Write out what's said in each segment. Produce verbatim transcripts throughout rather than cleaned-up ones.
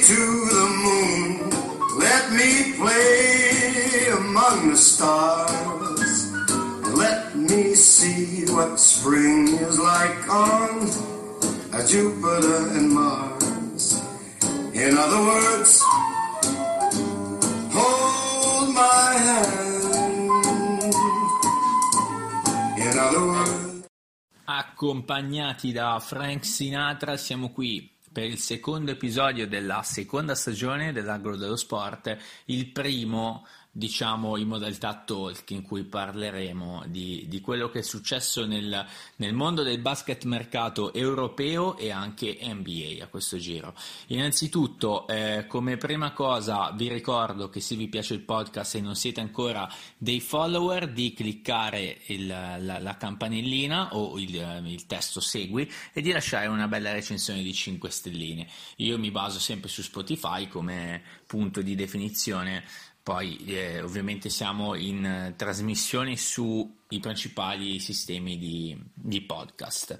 to the moon, let me play among the stars, let me see what spring is like on Jupiter and Mars. In other words, hold my hand. In other words. Accompagnati da Frank Sinatra, siamo qui per il secondo episodio della seconda stagione dell'Angolo dello Sport, il primo, diciamo, in modalità talk, in cui parleremo di, di quello che è successo nel, nel mondo del basket mercato europeo e anche N B A a questo giro. Innanzitutto, eh, come prima cosa, vi ricordo che se vi piace il podcast e non siete ancora dei follower, di cliccare il, la, la campanellina o il, il testo segui e di lasciare una bella recensione di cinque stelline. Io mi baso sempre su Spotify come punto di definizione. Poi eh, ovviamente siamo in eh, trasmissioni sui principali sistemi di, di podcast.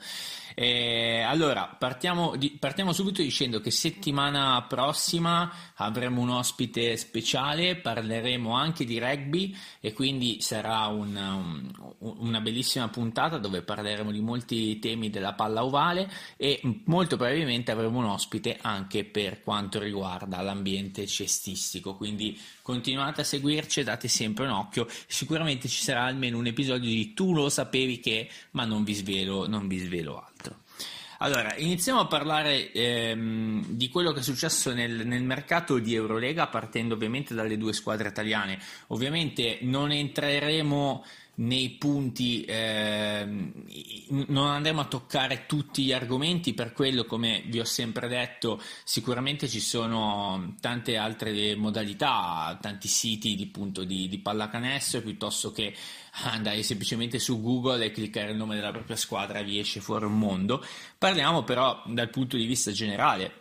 Eh, allora, partiamo, di, partiamo subito dicendo che settimana prossima avremo un ospite speciale, parleremo anche di rugby e quindi sarà un, un, una bellissima puntata dove parleremo di molti temi della palla ovale e molto probabilmente avremo un ospite anche per quanto riguarda l'ambiente cestistico, quindi continuate a seguirci e date sempre un occhio, sicuramente ci sarà almeno un episodio di Tu lo sapevi che, ma non vi svelo, non vi svelo altro. Allora, iniziamo a parlare ehm, di quello che è successo nel, nel mercato di Eurolega, partendo ovviamente dalle due squadre italiane. Ovviamente non entreremo nei punti, eh, non andremo a toccare tutti gli argomenti, per quello, come vi ho sempre detto, sicuramente ci sono tante altre modalità, tanti siti di, punto, di, di pallacanestro, piuttosto che andare semplicemente su Google e cliccare il nome della propria squadra e vi esce fuori un mondo. Parliamo però dal punto di vista generale.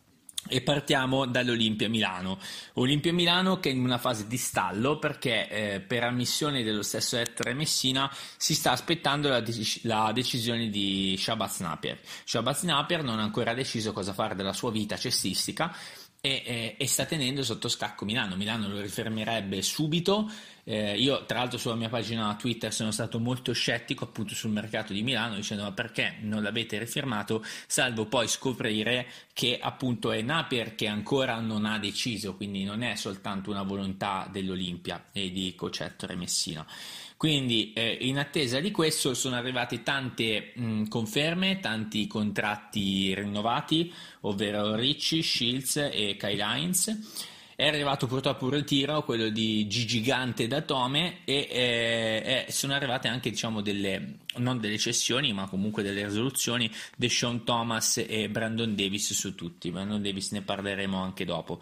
E partiamo dall'Olimpia Milano. Olimpia Milano che è in una fase di stallo perché eh, per ammissione dello stesso Ettore Messina si sta aspettando la, dec- la decisione di Shabazz Napier. Shabazz Napier non ha ancora deciso cosa fare della sua vita cestistica e, e, e sta tenendo sotto scacco Milano. Milano lo rifermerebbe subito. Eh, io tra l'altro sulla mia pagina Twitter sono stato molto scettico appunto sul mercato di Milano, dicendo ma perché non l'avete rifirmato, salvo poi scoprire che appunto è Napier che ancora non ha deciso, quindi non è soltanto una volontà dell'Olimpia e di coach Ettore Messina. Quindi eh, in attesa di questo sono arrivate tante mh, conferme, tanti contratti rinnovati, ovvero Ricci, Shields e Kyle Hines. È arrivato purtroppo un ritiro, quello di Gigi Gante da Tome, e eh, eh, sono arrivate anche, diciamo, delle, non delle cessioni, ma comunque delle risoluzioni, di Sean Thomas e Brandon Davis su tutti. Brandon Davis ne parleremo anche dopo.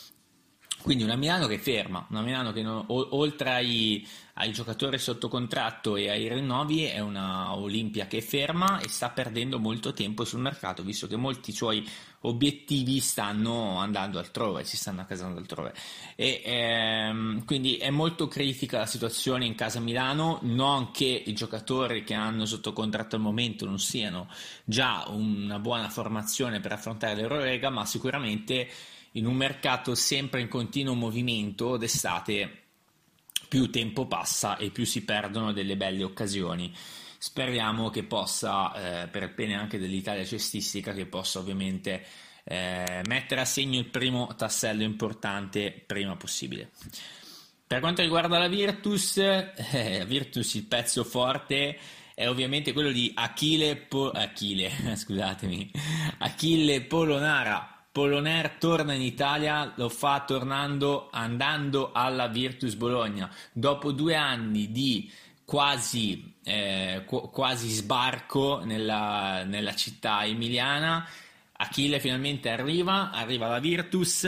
Quindi una Milano che ferma, una Milano che non, o, oltre ai, ai giocatori sotto contratto e ai rinnovi è una Olimpia che ferma e sta perdendo molto tempo sul mercato, visto che molti suoi obiettivi stanno andando altrove, si stanno accasando altrove. E ehm, quindi è molto critica la situazione in casa Milano, non che i giocatori che hanno sotto contratto al momento non siano già una buona formazione per affrontare l'Eurolega, ma sicuramente in un mercato sempre in continuo movimento d'estate più tempo passa e più si perdono delle belle occasioni. Speriamo che possa, eh, per il bene anche dell'Italia cestistica, che possa ovviamente eh, mettere a segno il primo tassello importante prima possibile. Per quanto riguarda la Virtus, eh, la Virtus il pezzo forte è ovviamente quello di Achille, po- Achille scusatemi, Achille Polonara. Polonair torna in Italia, lo fa tornando andando alla Virtus Bologna dopo due anni di quasi, eh, qu- quasi sbarco nella, nella città emiliana. Achille finalmente arriva, arriva alla Virtus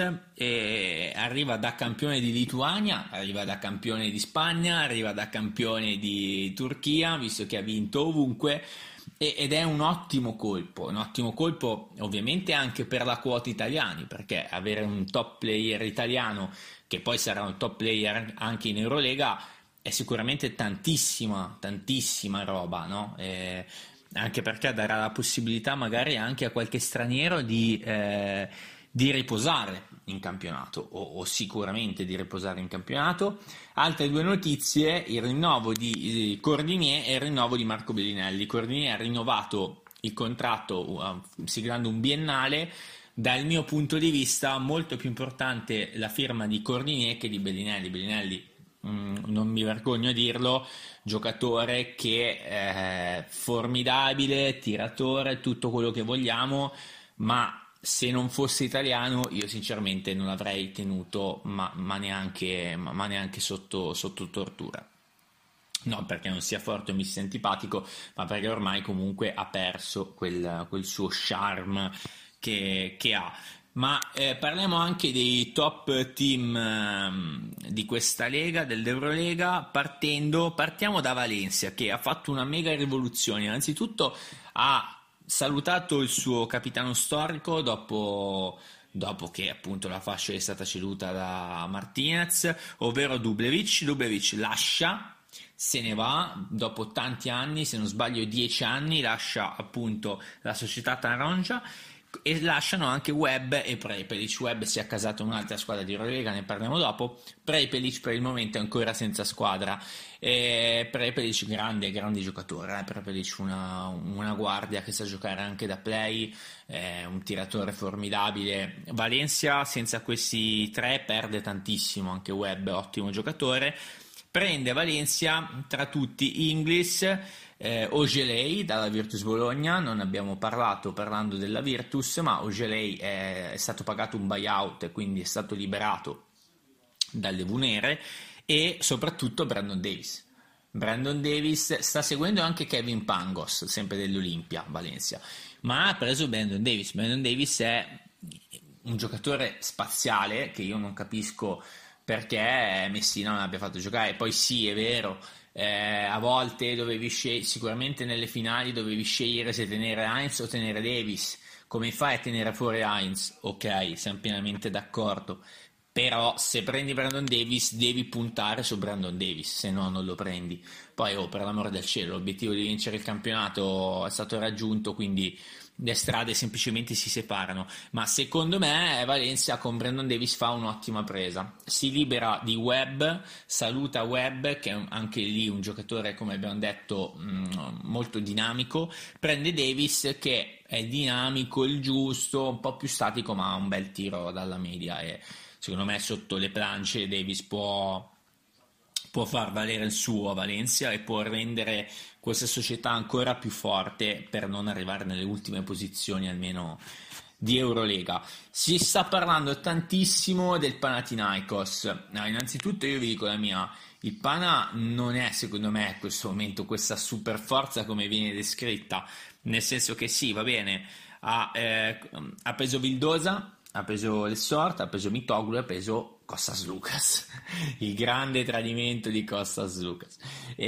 e arriva da campione di Lituania, arriva da campione di Spagna, arriva da campione di Turchia, visto che ha vinto ovunque. Ed è un ottimo colpo, un ottimo colpo ovviamente anche per la quota italiani, perché avere un top player italiano che poi sarà un top player anche in Eurolega è sicuramente tantissima, tantissima roba, no? Eh, anche perché darà la possibilità magari anche a qualche straniero di, eh, di riposare in campionato, o, o sicuramente di riposare in campionato. Altre due notizie: il rinnovo di eh, Cordinier e il rinnovo di Marco Bellinelli. Cordinier ha rinnovato il contratto uh, siglando un biennale. Dal mio punto di vista molto più importante la firma di Cordinier che di Bellinelli. Bellinelli, mh, non mi vergogno a dirlo, giocatore che è formidabile, tiratore, tutto quello che vogliamo, ma se non fosse italiano io sinceramente non l'avrei tenuto, ma, ma neanche, ma, ma neanche sotto, sotto tortura. Non perché non sia forte o mi sia antipatico, ma perché ormai comunque ha perso quel, quel suo charme che, che ha. Ma eh, parliamo anche dei top team eh, di questa lega, dell'Eurolega, partendo, partiamo da Valencia, che ha fatto una mega rivoluzione. Innanzitutto ha salutato il suo capitano storico dopo, dopo che appunto la fascia è stata ceduta da Martinez, ovvero Dublevic. Dublevic lascia, se ne va dopo tanti anni, se non sbaglio dieci anni, lascia appunto la società Taronja, e lasciano anche Webb e Prepelic. Webb si è accasato in un'altra squadra di Eurolega, ne parliamo dopo. Prepelic per il momento è ancora senza squadra. E Prepelic grande, grande giocatore, eh? Prepelic una, una guardia che sa giocare anche da play, eh, un tiratore formidabile. Valencia senza questi tre perde tantissimo, anche Webb ottimo giocatore. Prende Valencia tra tutti Inglis, eh, Ogelei dalla Virtus Bologna. Non abbiamo parlato parlando della Virtus, ma Ogelei è, è stato pagato un buyout e quindi è stato liberato dalle Vunere, e soprattutto Brandon Davis. Brandon Davis sta seguendo anche Kevin Pangos, sempre dell'Olimpia Valencia, ma ha preso Brandon Davis. Brandon Davis è un giocatore spaziale che io non capisco perché Messina non abbia fatto giocare. Poi sì, è vero, eh, a volte dovevi scegliere, sicuramente nelle finali dovevi scegliere se tenere Heinz o tenere Davis. Come fai a tenere fuori Heinz? Ok, siamo pienamente d'accordo, però se prendi Brandon Davis devi puntare su Brandon Davis, se no non lo prendi. Poi oh, per l'amore del cielo, l'obiettivo di vincere il campionato è stato raggiunto, quindi le strade semplicemente si separano. Ma secondo me Valencia con Brandon Davis fa un'ottima presa, si libera di Webb, saluta Webb che è anche lì un giocatore, come abbiamo detto, mh, molto dinamico, prende Davis che è dinamico, il giusto, un po' più statico ma ha un bel tiro dalla media, e secondo me sotto le planche Davis può può far valere il suo a Valencia e può rendere questa società ancora più forte per non arrivare nelle ultime posizioni almeno di Eurolega. Si sta parlando tantissimo del Panathinaikos. No, innanzitutto io vi dico la mia: il Pana non è secondo me in questo momento questa super forza come viene descritta, nel senso che sì, va bene, ha, eh, ha preso Vildosa, ha preso Lessort, ha preso Mitoglu, ha preso Kostas Lukas, il grande tradimento di Kostas Lukas.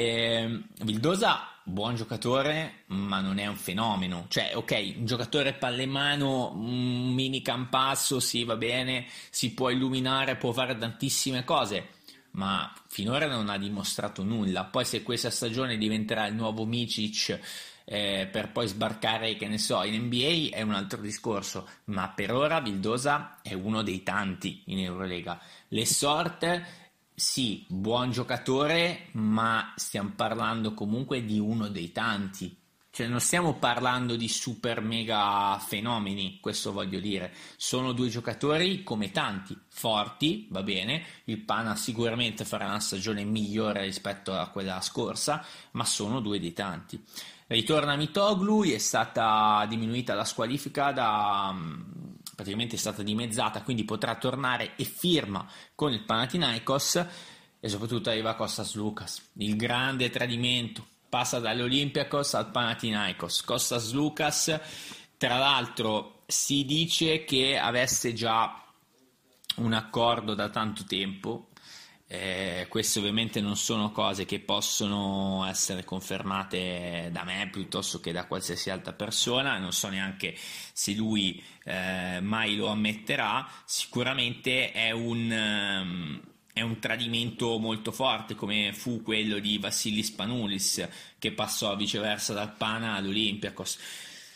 E Vildosa, buon giocatore, ma non è un fenomeno. Cioè, ok, un giocatore palle in mano, un mini campasso, sì, va bene, si può illuminare, può fare tantissime cose, ma finora non ha dimostrato nulla. Poi se questa stagione diventerà il nuovo Micic, Eh, per poi sbarcare, che ne so, in N B A è un altro discorso, ma per ora Vildosa è uno dei tanti in Eurolega. Lessort sì, buon giocatore, ma stiamo parlando comunque di uno dei tanti, cioè non stiamo parlando di super mega fenomeni, questo voglio dire. Sono due giocatori come tanti, forti, va bene, il Pana sicuramente farà una stagione migliore rispetto a quella scorsa, ma sono due dei tanti. Ritorna Mitoglu, è stata diminuita la squalifica, da, praticamente è stata dimezzata, quindi potrà tornare e firma con il Panathinaikos, e soprattutto arriva Kostas Lukas, il grande tradimento, passa dall'Olympiakos al Panathinaikos. Kostas Lukas, tra l'altro, si dice che avesse già un accordo da tanto tempo. Eh, queste ovviamente non sono cose che possono essere confermate da me piuttosto che da qualsiasi altra persona, non so neanche se lui eh, mai lo ammetterà. Sicuramente è un, um, è un tradimento molto forte, come fu quello di Vassilis Spanoulis, che passò viceversa dal Pana all'Olympiakos.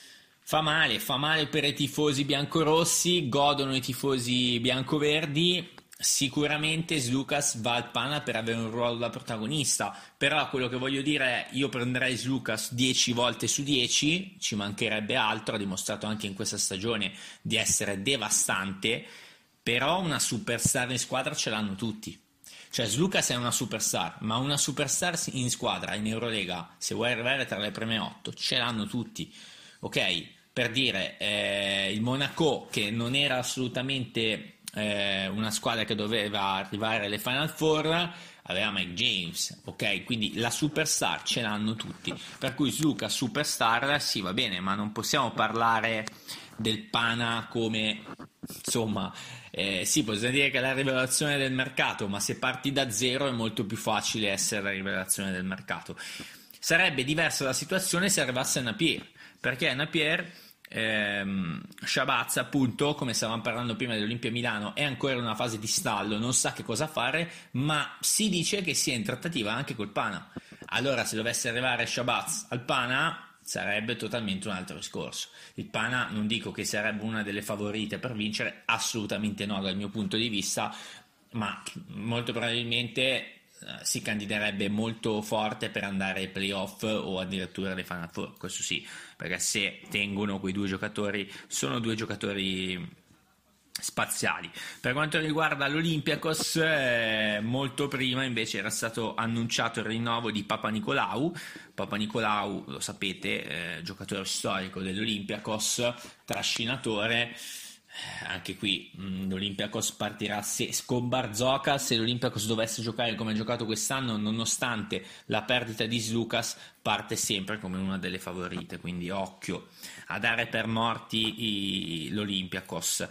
Fa male, fa male per i tifosi biancorossi, godono i tifosi biancoverdi. Sicuramente Slucas va al Pana per avere un ruolo da protagonista, però quello che voglio dire è: io prenderei Slucas dieci volte su dieci, ci mancherebbe altro, ha dimostrato anche in questa stagione di essere devastante, però una superstar in squadra ce l'hanno tutti. Cioè Slucas è una superstar, ma una superstar in squadra in Eurolega, se vuoi arrivare tra le prime otto, ce l'hanno tutti. Ok, per dire, eh, il Monaco, che non era assolutamente eh, una squadra che doveva arrivare alle Final Four, aveva Mike James, ok? Quindi la superstar ce l'hanno tutti, per cui Slucas superstar sì, va bene, ma non possiamo parlare del Pana come, insomma, eh, sì, possiamo dire che è la rivelazione del mercato, ma se parti da zero è molto più facile essere la rivelazione del mercato. Sarebbe diversa la situazione se arrivasse a Napier, perché Napier, ehm, Shabazz, appunto, come stavamo parlando prima dell'Olimpia Milano, è ancora in una fase di stallo, non sa che cosa fare, ma si dice che sia in trattativa anche col Pana. Allora, se dovesse arrivare Shabazz al Pana, sarebbe totalmente un altro discorso. Il Pana non dico che sarebbe una delle favorite per vincere, assolutamente no dal mio punto di vista, ma molto probabilmente si candiderebbe molto forte per andare ai playoff o addirittura alle Final Four, questo sì, perché se tengono quei due giocatori, sono due giocatori spaziali. Per quanto riguarda l'Olympiakos, eh, molto prima invece era stato annunciato il rinnovo di Papanicolaou. Papanicolaou, lo sapete, eh, giocatore storico dell'Olympiakos, trascinatore. Anche qui mh, l'Olympiakos partirà se, con Barzoca. Se l'Olympiakos dovesse giocare come ha giocato quest'anno, nonostante la perdita di Slucas, parte sempre come una delle favorite, quindi occhio a dare per morti i, l'Olympiakos.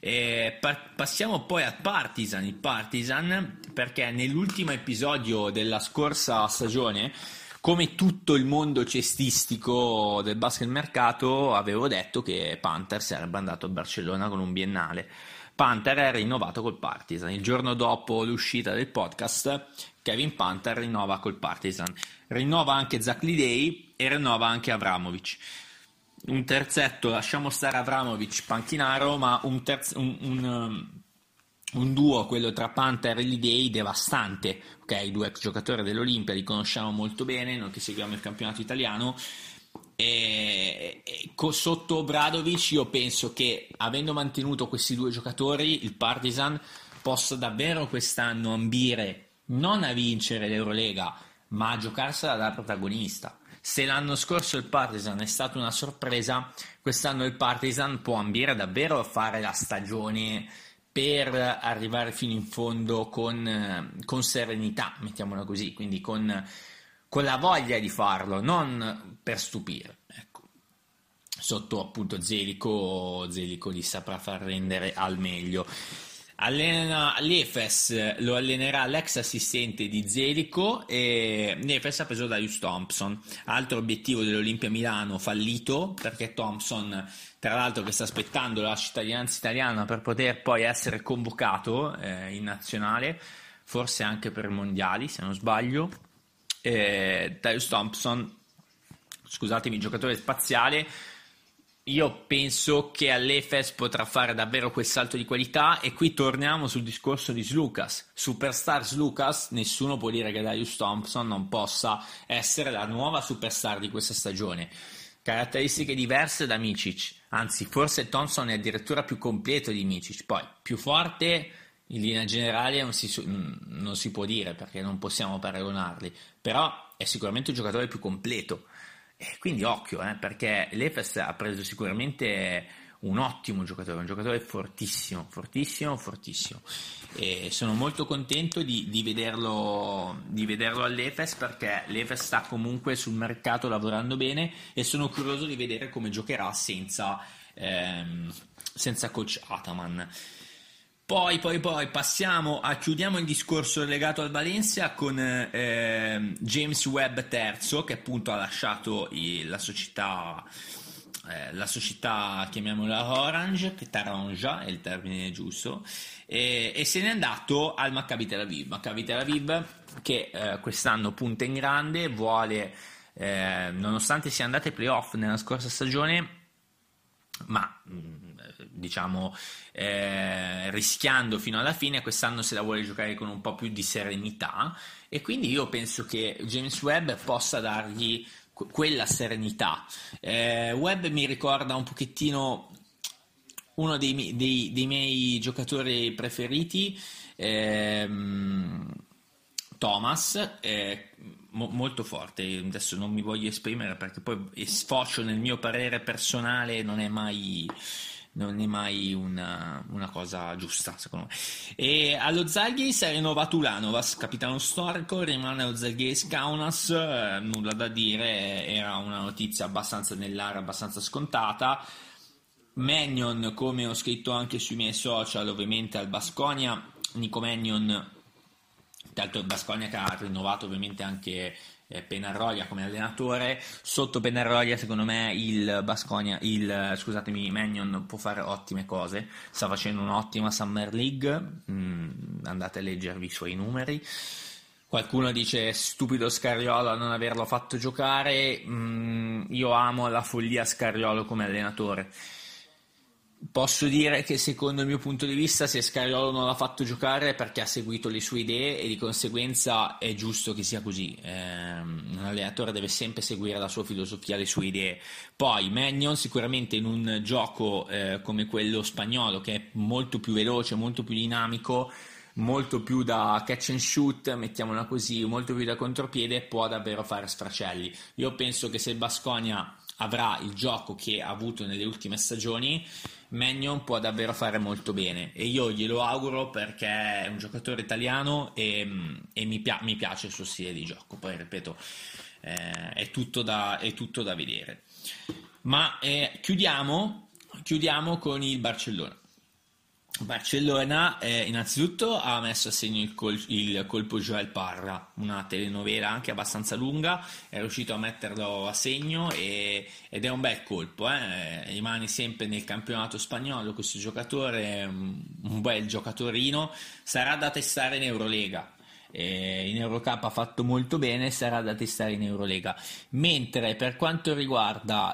E pa- passiamo poi al Partizan, il Partizan, perché nell'ultimo episodio della scorsa stagione, come tutto il mondo cestistico del basket mercato, avevo detto che Panther sarebbe andato a Barcellona con un biennale. Panther è rinnovato col Partizan. Il giorno dopo l'uscita del podcast, Kevin Panther rinnova col Partizan. Rinnova anche Zach Lidey e rinnova anche Avramovic. Un terzetto, lasciamo stare Avramovic, panchinaro, ma un terzo... Un, un, un duo, quello tra Panther e Lidey, devastante. Ok, i due ex giocatori dell'Olimpia li conosciamo molto bene, noi che seguiamo il campionato italiano, e, e sotto Obradovic io penso che, avendo mantenuto questi due giocatori, il Partizan possa davvero quest'anno ambire non a vincere l'Eurolega, ma a giocarsela da protagonista. Se l'anno scorso il Partizan è stata una sorpresa, quest'anno il Partizan può ambire davvero a fare la stagione per arrivare fino in fondo con, con serenità, mettiamola così, quindi con, con la voglia di farlo, non per stupire. Ecco. Sotto appunto Zeliko, Zeliko li saprà far rendere al meglio. Allena l'Efes, lo allenerà l'ex assistente di Zeliko, e l'Efes ha preso Darius Thompson, altro obiettivo dell'Olimpia Milano fallito, perché Thompson, tra l'altro, che sta aspettando la cittadinanza italiana per poter poi essere convocato eh, in nazionale, forse anche per i mondiali se non sbaglio. eh, Darius Thompson, scusatemi, giocatore spaziale. Io penso che all'Efes potrà fare davvero quel salto di qualità, e qui torniamo sul discorso di Slucas. Superstar Slucas, nessuno può dire che Darius Thompson non possa essere la nuova superstar di questa stagione. Caratteristiche diverse da Micic, anzi forse Thompson è addirittura più completo di Micic, poi più forte in linea generale non si, non si può dire, perché non possiamo paragonarli, però è sicuramente un giocatore più completo. E quindi occhio, eh, perché l'Efes ha preso sicuramente un ottimo giocatore, un giocatore fortissimo, fortissimo, fortissimo. E sono molto contento di, di vederlo, di vederlo all'Efes, perché l'Efes sta comunque sul mercato lavorando bene, e sono curioso di vedere come giocherà senza, ehm, senza coach Ataman. Poi, poi, poi passiamo a chiudiamo il discorso legato al Valencia con eh, James Webb terzo, che appunto ha lasciato il, la società, eh, la società, chiamiamola Orange, che Taronja è il termine giusto, e, e se n'è andato al Maccabi Tel Aviv. Maccabi Tel Aviv che eh, quest'anno punta in grande, vuole, eh, nonostante sia andata ai playoff nella scorsa stagione, diciamo eh, rischiando fino alla fine. Quest'anno se la vuole giocare con un po' più di serenità, e quindi io penso che James Webb possa dargli que- quella serenità. eh, Webb mi ricorda un pochettino uno dei, mi- dei- dei miei giocatori preferiti, ehm, Thomas, è mo- molto forte. Adesso non mi voglio esprimere perché poi sfocio nel mio parere personale, non è mai, non è mai una, una cosa giusta, secondo me. E allo Zalgiris è rinnovato Ulanovas, capitano storico, rimane allo Zalgiris Kaunas, eh, nulla da dire, era una notizia abbastanza nell'aria, abbastanza scontata. Mannion, come ho scritto anche sui miei social, ovviamente al Baskonia. Nico Mannion, tanto il Baskonia che ha rinnovato ovviamente anche eh, Penarroia come allenatore. Sotto Penarroia secondo me il Baskonia, il scusatemi, Mannion può fare ottime cose, sta facendo un'ottima Summer League, mm, andate a leggervi i suoi numeri. Qualcuno dice stupido Scariolo a non averlo fatto giocare. mm, io amo la follia Scariolo come allenatore. Posso dire che secondo il mio punto di vista, se Scariolo non l'ha fatto giocare è perché ha seguito le sue idee, e di conseguenza è giusto che sia così. Ehm, un allenatore deve sempre seguire la sua filosofia, le sue idee. Poi Mannion sicuramente in un gioco eh, come quello spagnolo, che è molto più veloce, molto più dinamico, molto più da catch and shoot, mettiamola così, molto più da contropiede, può davvero fare sfracelli. Io penso che se il Baskonia avrà il gioco che ha avuto nelle ultime stagioni, Mannion può davvero fare molto bene, e io glielo auguro perché è un giocatore italiano e, e mi, pia- mi piace il suo stile di gioco. Poi ripeto, eh, è, tutto da, è tutto da vedere. Ma eh, chiudiamo, chiudiamo con il Barcellona. Barcellona eh, innanzitutto ha messo a segno il, col- il colpo Joel Parra, una telenovela anche abbastanza lunga, è riuscito a metterlo a segno, e, ed è un bel colpo, eh. Rimane sempre nel campionato spagnolo questo giocatore, un, un bel giocatorino, sarà da testare in Eurolega. Eh, in Eurocup ha fatto molto bene, sarà da testare in Eurolega. Mentre per quanto riguarda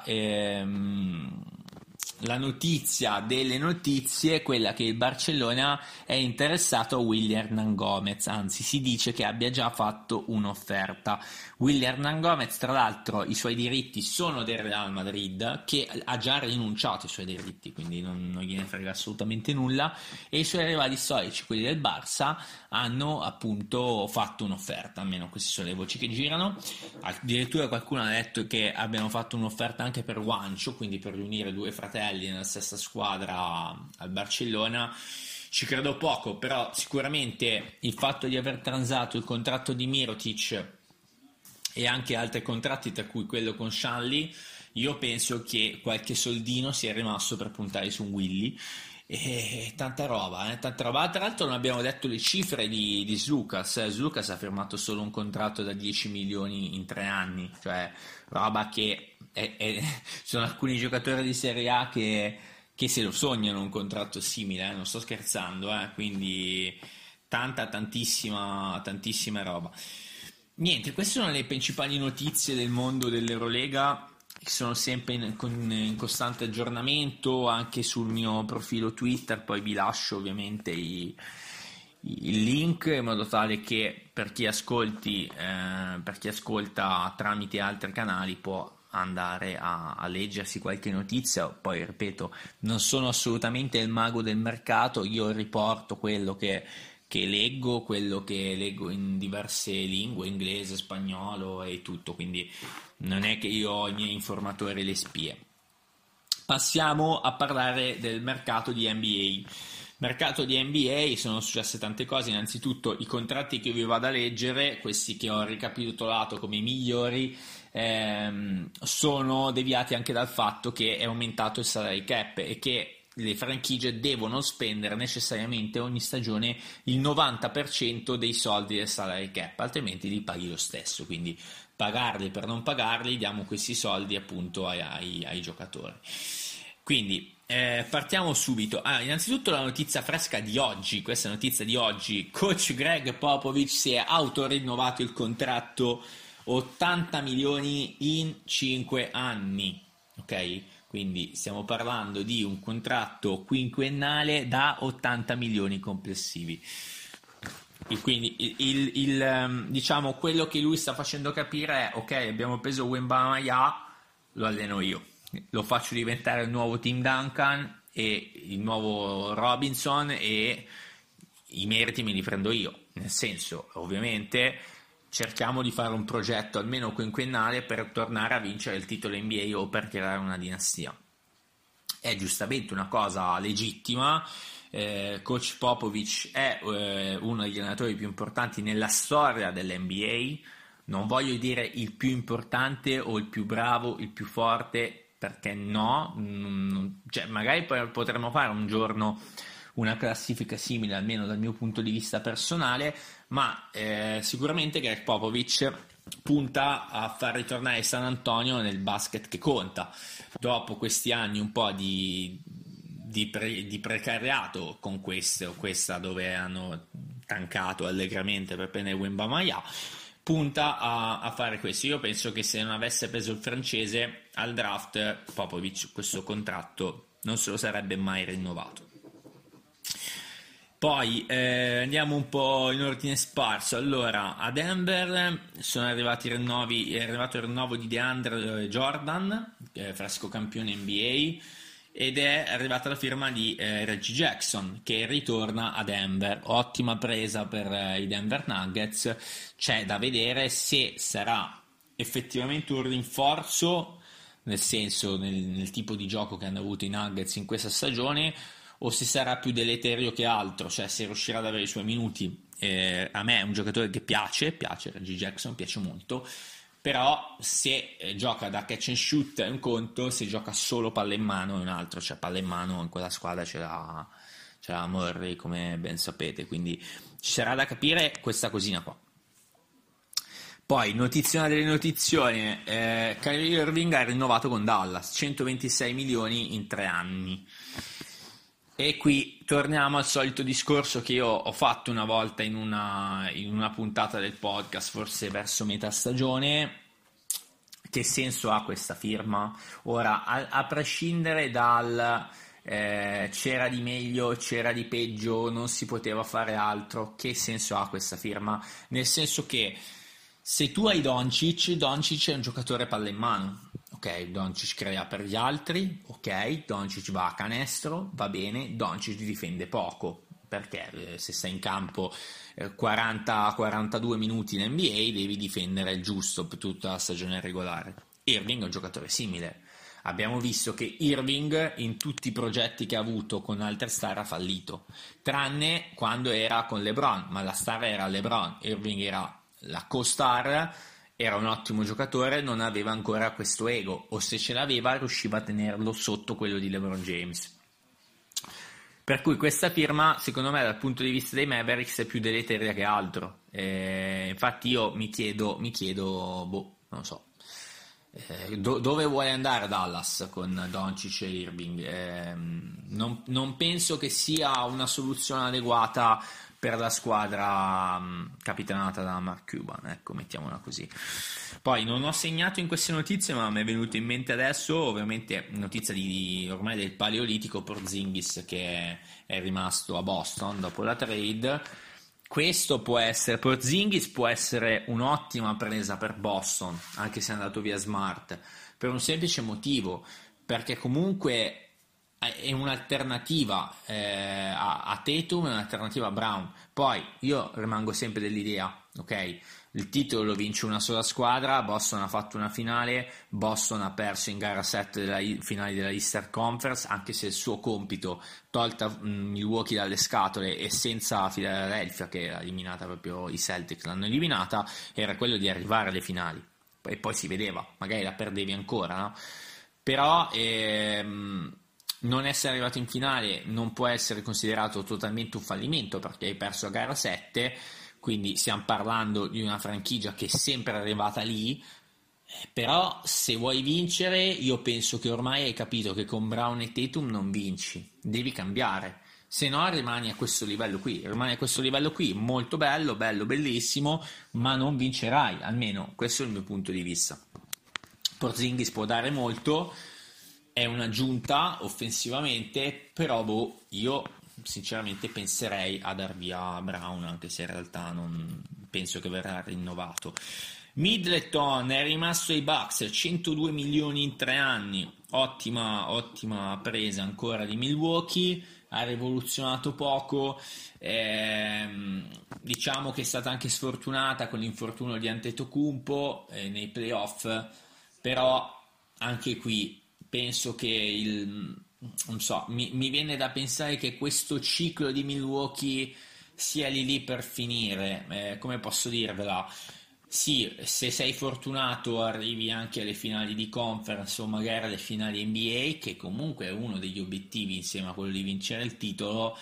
ehm, la notizia delle notizie, quella che il Barcellona è interessato a Willy Hernán Gómez, anzi si dice che abbia già fatto un'offerta. Willy Hernán Gómez, tra l'altro, i suoi diritti sono del Real Madrid, che ha già rinunciato ai suoi diritti, quindi non, non gliene frega assolutamente nulla, e i suoi rivali storici, quelli del Barça, hanno appunto fatto un'offerta, almeno queste sono le voci che girano. Addirittura qualcuno ha detto che abbiano fatto un'offerta anche per Juancho, quindi per riunire due fratelli nella stessa squadra al Barcellona. Ci credo poco, però sicuramente il fatto di aver transato il contratto di Mirotic e anche altri contratti, tra cui quello con Shanley, io penso che qualche soldino sia rimasto per puntare su un Willy. E tanta roba, eh? tanta roba. Tra l'altro non abbiamo detto le cifre di, di Slucas. Slucas ha firmato solo un contratto da dieci milioni in tre anni, cioè roba che è, è, sono alcuni giocatori di Serie A che, che se lo sognano un contratto simile, eh? Non sto scherzando, eh? Quindi tanta, tantissima, tantissima roba. Niente, queste sono le principali notizie del mondo dell'Eurolega, che sono sempre in, con, in costante aggiornamento anche sul mio profilo Twitter. Poi vi lascio ovviamente i, i, il link in modo tale che per chi ascolti eh, per chi ascolta tramite altri canali può andare a, a leggersi qualche notizia. Poi ripeto, non sono assolutamente il mago del mercato, io riporto quello che che leggo, quello che leggo in diverse lingue, inglese, spagnolo e tutto, quindi non è che io ho i miei informatori le spie. Passiamo a parlare del mercato di N B A. Mercato di N B A, sono successe tante cose. Innanzitutto i contratti che vi vado a leggere, questi che ho ricapitolato come i migliori, ehm, sono deviati anche dal fatto che è aumentato il salary cap e che le franchigie devono spendere necessariamente ogni stagione il novanta per cento dei soldi del salary cap, altrimenti li paghi lo stesso. Quindi pagarli per non pagarli, diamo questi soldi appunto ai, ai, ai giocatori. Quindi eh, partiamo subito. Ah, innanzitutto la notizia fresca di oggi, questa notizia di oggi: coach Greg Popovich si è autorinnovato il contratto ottanta milioni in cinque anni, ok? quindi stiamo parlando di un contratto quinquennale da ottanta milioni complessivi. E quindi il, il, il, diciamo quello che lui sta facendo capire è: ok, abbiamo preso Wembanyama, lo alleno io, lo faccio diventare il nuovo Tim Duncan e il nuovo Robinson, e i meriti me li prendo io. Nel senso, ovviamente cerchiamo di fare un progetto almeno quinquennale per tornare a vincere il titolo N B A o per creare una dinastia. È giustamente una cosa legittima. Eh, Coach Popovich è eh, uno degli allenatori più importanti nella storia dell'N B A. Non voglio dire il più importante o il più bravo, il più forte, perché no, non, cioè, magari potremmo fare un giorno una classifica simile, almeno dal mio punto di vista personale, ma eh, sicuramente Greg Popovich punta a far ritornare San Antonio nel basket che conta. Dopo questi anni un po' di, di, pre, di precariato con questo, questa dove hanno tancato allegramente per prendere Wembanyama, punta a, a fare questo. Io penso che se non avesse preso il francese al draft, Popovich questo contratto non se lo sarebbe mai rinnovato. Poi eh, andiamo un po' in ordine sparso. Allora, a Denver sono arrivati rinnovi, è arrivato il rinnovo di DeAndre Jordan, eh, fresco campione N B A, ed è arrivata la firma di eh, Reggie Jackson, che ritorna a Denver. Ottima presa per eh, i Denver Nuggets. C'è da vedere se sarà effettivamente un rinforzo, nel senso nel, nel tipo di gioco che hanno avuto i Nuggets in questa stagione, o se sarà più deleterio che altro, cioè se riuscirà ad avere i suoi minuti. Eh, a me è un giocatore che piace, piace Reggie Jackson, piace molto, però se eh, gioca da catch and shoot è un conto, se gioca solo palla in mano è un altro. Cioè palla in mano in quella squadra ce l'ha, ce l'ha Murray, come ben sapete, quindi ci sarà da capire questa cosina qua. Poi, notizia delle notizione, eh, Kyrie Irving ha rinnovato con Dallas, centoventisei milioni in tre anni. E qui torniamo al solito discorso che io ho fatto una volta in una, in una puntata del podcast, forse verso metà stagione. Che senso ha questa firma? Ora, a, a prescindere dal eh, c'era di meglio, c'era di peggio, non si poteva fare altro, che senso ha questa firma? Nel senso che se tu hai Doncic, Doncic è un giocatore palla in mano. Ok, Doncic crea per gli altri, ok, Doncic va a canestro, va bene, Doncic difende poco, perché eh, se stai in campo eh, quaranta quarantadue minuti in N B A devi difendere il giusto per tutta la stagione regolare. Irving è un giocatore simile. Abbiamo visto che Irving in tutti i progetti che ha avuto con altre star ha fallito, tranne quando era con LeBron, ma la star era LeBron, Irving era la co-star. Era un ottimo giocatore, non aveva ancora questo ego, o se ce l'aveva riusciva a tenerlo sotto quello di LeBron James. Per cui questa firma, secondo me, dal punto di vista dei Mavericks è più deleteria che altro. Eh, infatti io mi chiedo, mi chiedo, boh, non so, eh, do, dove vuole andare Dallas con Doncic e Irving? Eh, non, non penso che sia una soluzione adeguata per la squadra mh, capitanata da Mark Cuban, ecco, mettiamola così. Poi non ho segnato in queste notizie, ma mi è venuto in mente adesso, ovviamente notizia di, di ormai del paleolitico, Porzingis che è rimasto a Boston dopo la trade. Questo può essere, Porzingis può essere un'ottima presa per Boston, anche se è andato via Smart, per un semplice motivo, perché comunque è un'alternativa eh, a, a Tatum, è un'alternativa a Brown. Poi io rimango sempre dell'idea, ok, il titolo lo vince una sola squadra, Boston ha fatto una finale, Boston ha perso in gara sette della finale della Eastern Conference, anche se il suo compito, tolta mh, Milwaukee dalle scatole e senza Philadelphia che ha eliminata proprio i Celtics, l'hanno eliminata, era quello di arrivare alle finali, e poi si vedeva, magari la perdevi ancora, no? Però ehm, non essere arrivato in finale non può essere considerato totalmente un fallimento, perché hai perso a gara sette, quindi stiamo parlando di una franchigia che è sempre arrivata lì. Però se vuoi vincere, io penso che ormai hai capito che con Brown e Tatum non vinci, devi cambiare, se no rimani a questo livello qui, rimani a questo livello qui, molto bello, bello, bellissimo, ma non vincerai, almeno questo è il mio punto di vista. Porzingis può dare molto, è un'aggiunta offensivamente, però boh, io sinceramente penserei a dar via Brown, anche se in realtà non penso che verrà rinnovato. Middleton è rimasto ai Bucks, centodue milioni in tre anni, ottima, ottima presa ancora di Milwaukee, ha rivoluzionato poco, ehm, diciamo che è stata anche sfortunata con l'infortunio di Antetokounmpo eh, nei playoff, però anche qui penso che il, non so, mi, mi viene da pensare che questo ciclo di Milwaukee sia lì lì per finire, eh, come posso dirvela? Sì, se sei fortunato arrivi anche alle finali di conference o magari alle finali N B A, che comunque è uno degli obiettivi insieme a quello di vincere il titolo,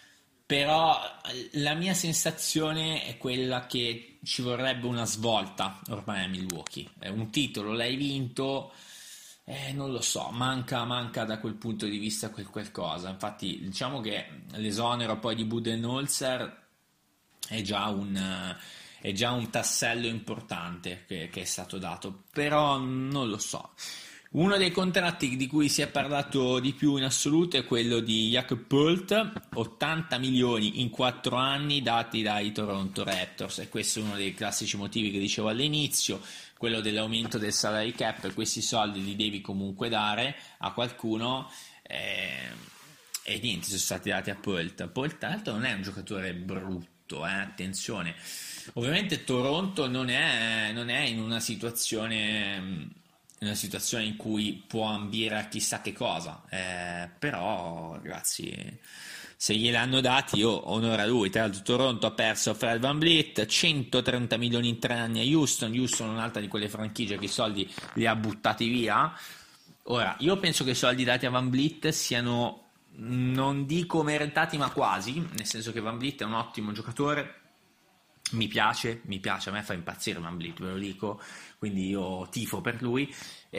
però la mia sensazione è quella che ci vorrebbe una svolta ormai a Milwaukee. Eh, un titolo l'hai vinto, eh, non lo so, manca, manca da quel punto di vista quel qualcosa. Infatti diciamo che l'esonero poi di Budenholzer è già un... è già un tassello importante che, che è stato dato, però non lo so. Uno dei contratti di cui si è parlato di più in assoluto è quello di Jakob Poeltl, ottanta milioni in quattro anni dati dai Toronto Raptors, e questo è uno dei classici motivi che dicevo all'inizio, quello dell'aumento del salary cap. Questi soldi li devi comunque dare a qualcuno, eh, e niente, sono stati dati a Poeltl. Poeltl non è un giocatore brutto, eh, attenzione. Ovviamente Toronto non è, non è in una situazione, in una situazione in cui può ambire a chissà che cosa, eh, però ragazzi, se gliel'hanno dati io onore a lui. Tra l'altro Toronto ha perso Fred VanVleet, centotrenta milioni in tre anni a Houston. Houston è un'altra di quelle franchigie che i soldi li ha buttati via. Ora, io penso che i soldi dati a VanVleet siano, non dico meritati, ma quasi, nel senso che VanVleet è un ottimo giocatore. Mi piace, mi piace, a me fa impazzire VanVleet, ve lo dico, quindi io tifo per lui,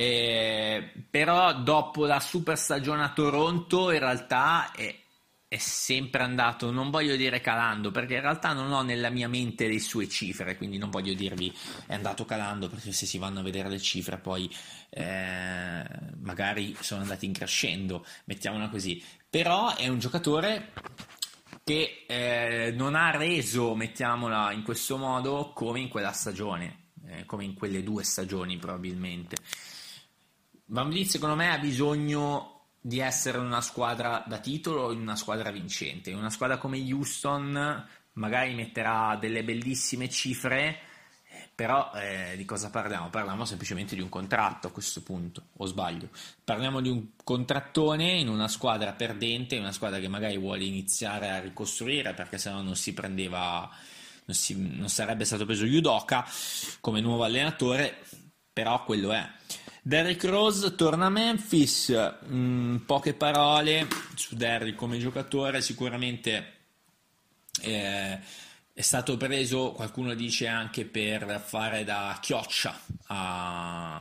eh, però dopo la super stagione a Toronto in realtà è, è sempre andato, non voglio dire calando, perché in realtà non ho nella mia mente le sue cifre, quindi non voglio dirvi è andato calando, perché se si vanno a vedere le cifre poi eh, magari sono andati in crescendo, mettiamola così, però è un giocatore che eh, non ha reso, mettiamola in questo modo, come in quella stagione, eh, come in quelle due stagioni probabilmente. VanVleet secondo me ha bisogno di essere una squadra da titolo, in una squadra vincente. In una squadra come Houston magari metterà delle bellissime cifre, però eh, di cosa parliamo? Parliamo semplicemente di un contratto a questo punto, o sbaglio? Parliamo di un contrattone in una squadra perdente, in una squadra che magari vuole iniziare a ricostruire, perché sennò non si prendeva, non, si, non sarebbe stato preso Udoka come nuovo allenatore, però quello è. Derrick Rose torna a Memphis, mm, poche parole su Derrick come giocatore, sicuramente eh, è stato preso, qualcuno dice anche per fare da chioccia a,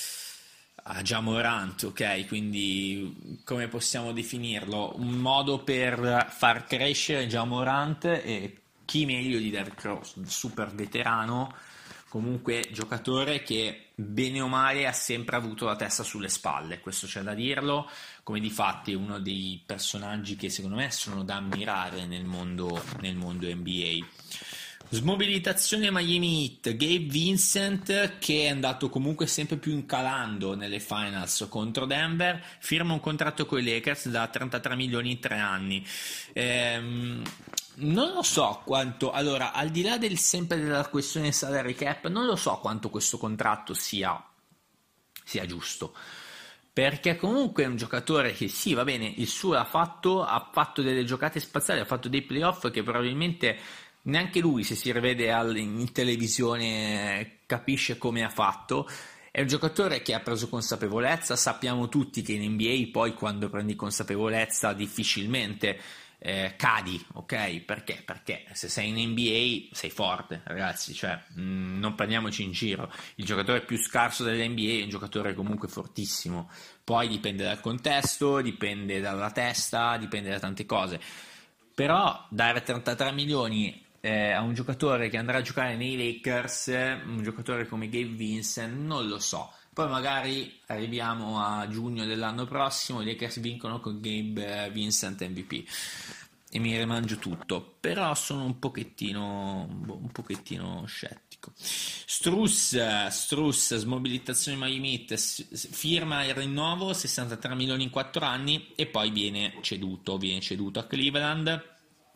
a Ja Morant, ok? Quindi come possiamo definirlo? Un modo per far crescere Ja Morant, e chi meglio di Derrick Rose, un super veterano, comunque giocatore che bene o male ha sempre avuto la testa sulle spalle, questo c'è da dirlo, come difatti è uno dei personaggi che secondo me sono da ammirare nel mondo, nel mondo N B A. Smobilitazione Miami Heat, Gabe Vincent, che è andato comunque sempre più incalando nelle finals contro Denver, firma un contratto con i Lakers da trentatré milioni in tre anni. Ehm, non lo so quanto, allora, al di là del sempre della questione salary cap, non lo so quanto questo contratto sia, sia giusto, perché comunque è un giocatore che sì, va bene, il suo ha fatto, ha fatto delle giocate spaziali, ha fatto dei playoff che probabilmente neanche lui, se si rivede al, in televisione, capisce come ha fatto. È un giocatore che ha preso consapevolezza, sappiamo tutti che in N B A poi quando prendi consapevolezza difficilmente eh, cadi, ok? Perché? Perché se sei in N B A sei forte, ragazzi, cioè mh, non prendiamoci in giro, il giocatore più scarso dell'N B A è un giocatore comunque fortissimo, poi dipende dal contesto, dipende dalla testa, dipende da tante cose, però dare trentatré milioni Eh, a un giocatore che andrà a giocare nei Lakers, un giocatore come Gabe Vincent, non lo so, Poi magari arriviamo a giugno dell'anno prossimo, i Lakers vincono con Gabe Vincent M V P e mi rimangio tutto, però sono un pochettino un pochettino scettico. Strus Strus smobilitazione Miami Heat, firma il rinnovo sessantatré milioni in quattro anni e poi viene ceduto viene ceduto a Cleveland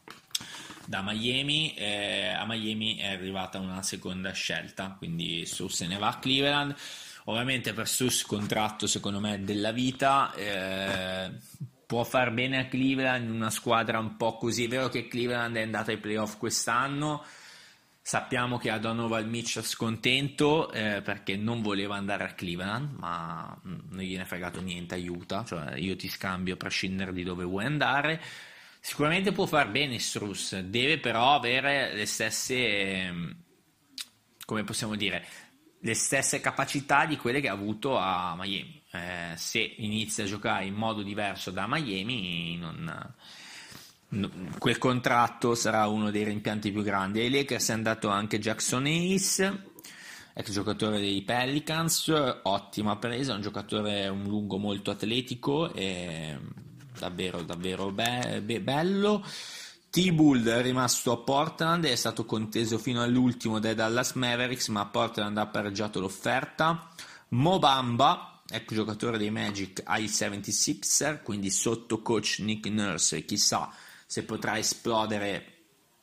da Miami. Eh, a Miami è arrivata una seconda scelta, quindi Strus se ne va a Cleveland. Ovviamente per Strus contratto secondo me della vita, eh, può far bene a Cleveland in una squadra un po' così. È vero che Cleveland è andata ai playoff quest'anno, sappiamo che ha Donovan Mitchell scontento eh, perché non voleva andare a Cleveland, ma non gliene è fregato niente, aiuta, cioè io ti scambio a prescindere di dove vuoi andare. Sicuramente può far bene Strus, deve però avere le stesse, come possiamo dire, le stesse capacità di quelle che ha avuto a Miami. Eh, se inizia a giocare in modo diverso da Miami, non, no, quel contratto sarà uno dei rimpianti più grandi. Ai Lakers è andato anche Jackson Hayes, ex giocatore dei Pelicans, ottima presa, un giocatore un lungo molto atletico e davvero davvero be- be- bello. T-Bull è rimasto a Portland, è stato conteso fino all'ultimo dai Dallas Mavericks, ma Portland ha pareggiato l'offerta. Mo Bamba, ex giocatore dei Magic, ai settantasei, quindi sotto coach Nick Nurse, chissà se potrà esplodere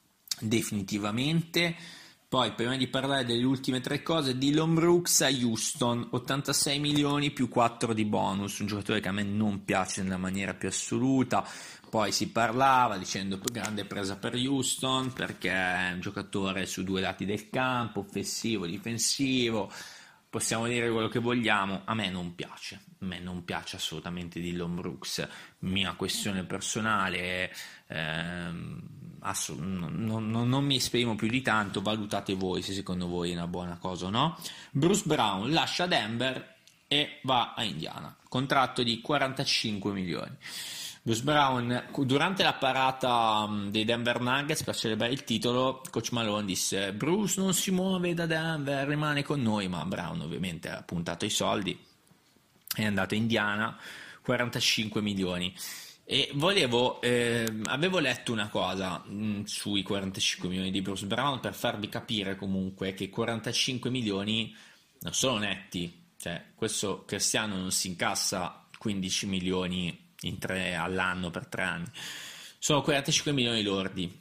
definitivamente. Poi, prima di parlare delle ultime tre cose, Dillon Brooks a Houston, ottantasei milioni più quattro di bonus, un giocatore che a me non piace nella maniera più assoluta. Poi si parlava dicendo grande presa per Houston perché è un giocatore su due lati del campo, offensivo, difensivo, possiamo dire quello che vogliamo, a me non piace, a me non piace assolutamente Dillon Brooks, mia questione personale, ehm, assolut- non, non, non mi esprimo più di tanto, valutate voi se secondo voi è una buona cosa o no. Bruce Brown lascia Denver e va a Indiana, contratto di quarantacinque milioni. Bruce Brown, durante la parata dei Denver Nuggets per celebrare il titolo, coach Malone disse: Bruce non si muove da Denver, rimane con noi, ma Brown ovviamente ha puntato i soldi, è andato a Indiana, quarantacinque milioni. E volevo, eh, avevo letto una cosa mh, sui quarantacinque milioni di Bruce Brown per farvi capire comunque che quarantacinque milioni non sono netti, cioè questo Cristiano non si incassa quindici milioni in tre all'anno per tre anni, sono quarantacinque milioni lordi.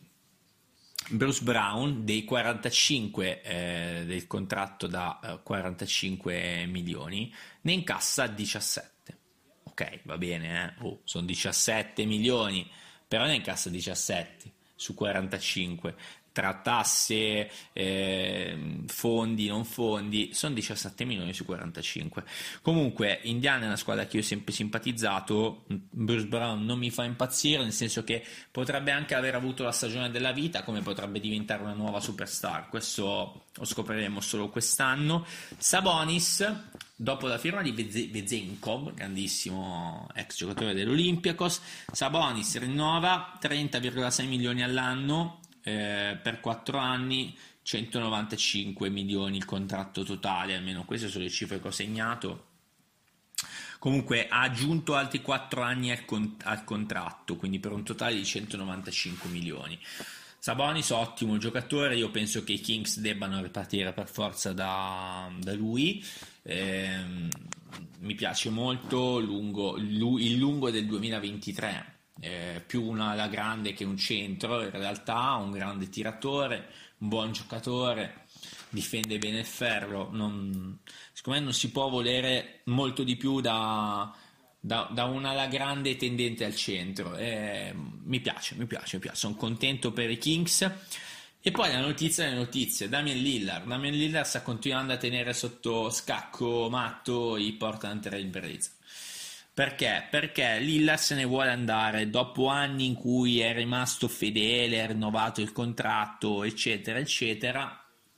Bruce Brown dei quarantacinque eh, del contratto da eh, quarantacinque milioni ne incassa diciassette. Ok, va bene, eh? Oh, sono diciassette milioni, però ne incassa diciassette su quarantacinque. Tra tasse, eh, fondi, non fondi, sono diciassette milioni su quarantacinque. Comunque, Indiana è una squadra che io ho sempre simpatizzato. Bruce Brown non mi fa impazzire, nel senso che potrebbe anche aver avuto la stagione della vita, come potrebbe diventare una nuova superstar. Questo lo scopriremo solo quest'anno. Sabonis, dopo la firma di Vezenkov, grandissimo ex giocatore dell'Olympiakos, Sabonis rinnova trenta virgola sei milioni all'anno. Eh, per quattro anni, centonovantacinque milioni il contratto totale, almeno queste sono le cifre che ho segnato. Comunque ha aggiunto altri quattro anni al, con- al contratto, quindi per un totale di centonovantacinque milioni. Sabonis ottimo giocatore, io penso che i Kings debbano ripartire per forza da, da lui. Eh, mi piace molto lungo, lui, il lungo del duemilaventitré. Eh, più una ala grande che un centro, in realtà un grande tiratore, un buon giocatore, difende bene il ferro, non, secondo me non si può volere molto di più da, da, da un'ala grande tendente al centro. Eh, mi piace, mi piace, mi piace, sono contento per i Kings. E poi la notizia delle notizie, Damian Lillard Damian Lillard sta continuando a tenere sotto scacco matto i Portland Trail Blazers. Perché? Perché Lillard se ne vuole andare dopo anni in cui è rimasto fedele, ha rinnovato il contratto, eccetera, eccetera.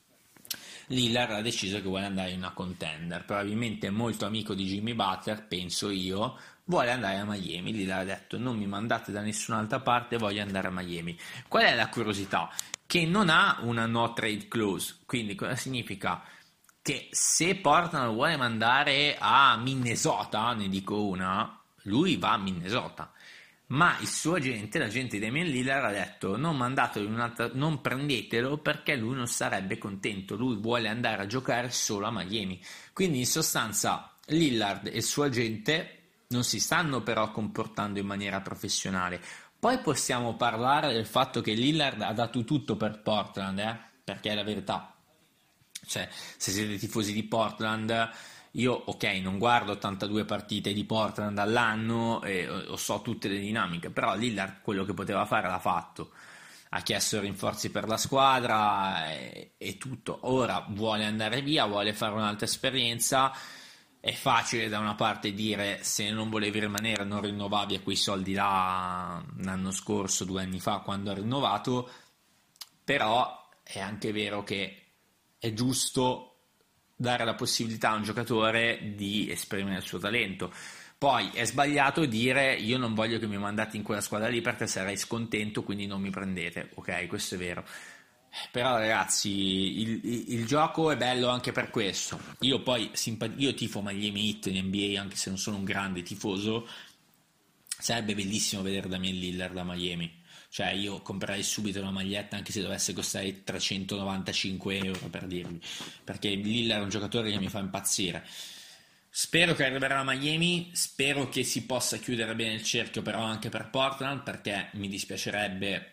Lillard ha deciso che vuole andare in una contender, probabilmente è molto amico di Jimmy Butler, penso io, vuole andare a Miami. Lillard ha detto: non mi mandate da nessun'altra parte, voglio andare a Miami. Qual è la curiosità? Che non ha una no trade clause, quindi cosa significa? che se Portland vuole mandare a Minnesota, ne dico una, lui va a Minnesota. Ma il suo agente, l'agente di Damian Lillard, ha detto non mandatelo in un'altra, non prendetelo, perché lui non sarebbe contento, lui vuole andare a giocare solo a Miami. Quindi in sostanza Lillard e il suo agente non si stanno però comportando in maniera professionale. Poi possiamo parlare del fatto che Lillard ha dato tutto per Portland, eh? Perché è la verità. Cioè, se siete tifosi di Portland, io ok, non guardo ottantadue partite di Portland all'anno e o so tutte le dinamiche, però Lillard quello che poteva fare l'ha fatto. Ha chiesto rinforzi per la squadra e, e tutto. Ora vuole andare via, vuole fare un'altra esperienza. È facile da una parte dire se non volevi rimanere non rinnovavi a quei soldi là l'anno scorso, due anni fa quando ha rinnovato, però è anche vero che è giusto dare la possibilità a un giocatore di esprimere il suo talento. Poi è sbagliato dire io non voglio che mi mandate in quella squadra lì perché sarei scontento, quindi non mi prendete. Ok, questo è vero. Però ragazzi, il, il, il gioco è bello anche per questo. Io poi simpat- io tifo Miami Heat in N B A, anche se non sono un grande tifoso. Sarebbe bellissimo vedere Damian Lillard da Miami. Cioè io comprerei subito una maglietta anche se dovesse costare trecentonovantacinque euro, per dirvi, perché Lillard è un giocatore che mi fa impazzire. Spero che arriverà a Miami, spero che si possa chiudere bene il cerchio però anche per Portland, perché mi dispiacerebbe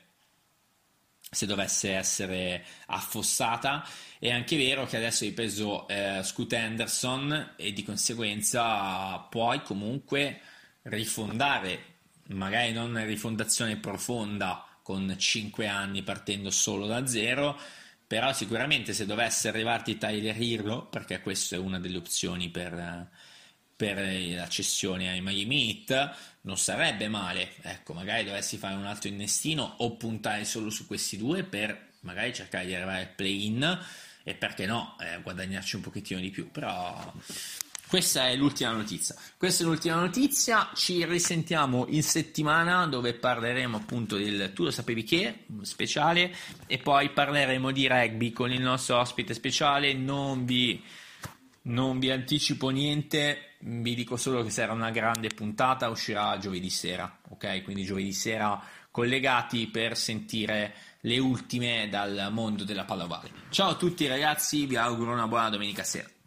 se dovesse essere affossata. È anche vero che adesso hai preso eh, Scoot Henderson e di conseguenza puoi comunque rifondare, magari non una rifondazione profonda con cinque anni partendo solo da zero, però sicuramente se dovesse arrivarti Tyler Hero, perché questa è una delle opzioni per, per la cessione ai Miami Heat, non sarebbe male. Ecco, magari dovessi fare un altro innestino o puntare solo su questi due per magari cercare di arrivare al play-in e perché no, eh, guadagnarci un pochettino di più. Però questa è l'ultima notizia. Questa è l'ultima notizia. Ci risentiamo in settimana dove parleremo appunto del Tu lo sapevi che speciale e poi parleremo di rugby con il nostro ospite speciale. Non vi, non vi anticipo niente, vi dico solo che sarà una grande puntata, uscirà giovedì sera, ok? Quindi giovedì sera collegati per sentire le ultime dal mondo della pallavolo. Ciao a tutti ragazzi, vi auguro una buona domenica sera.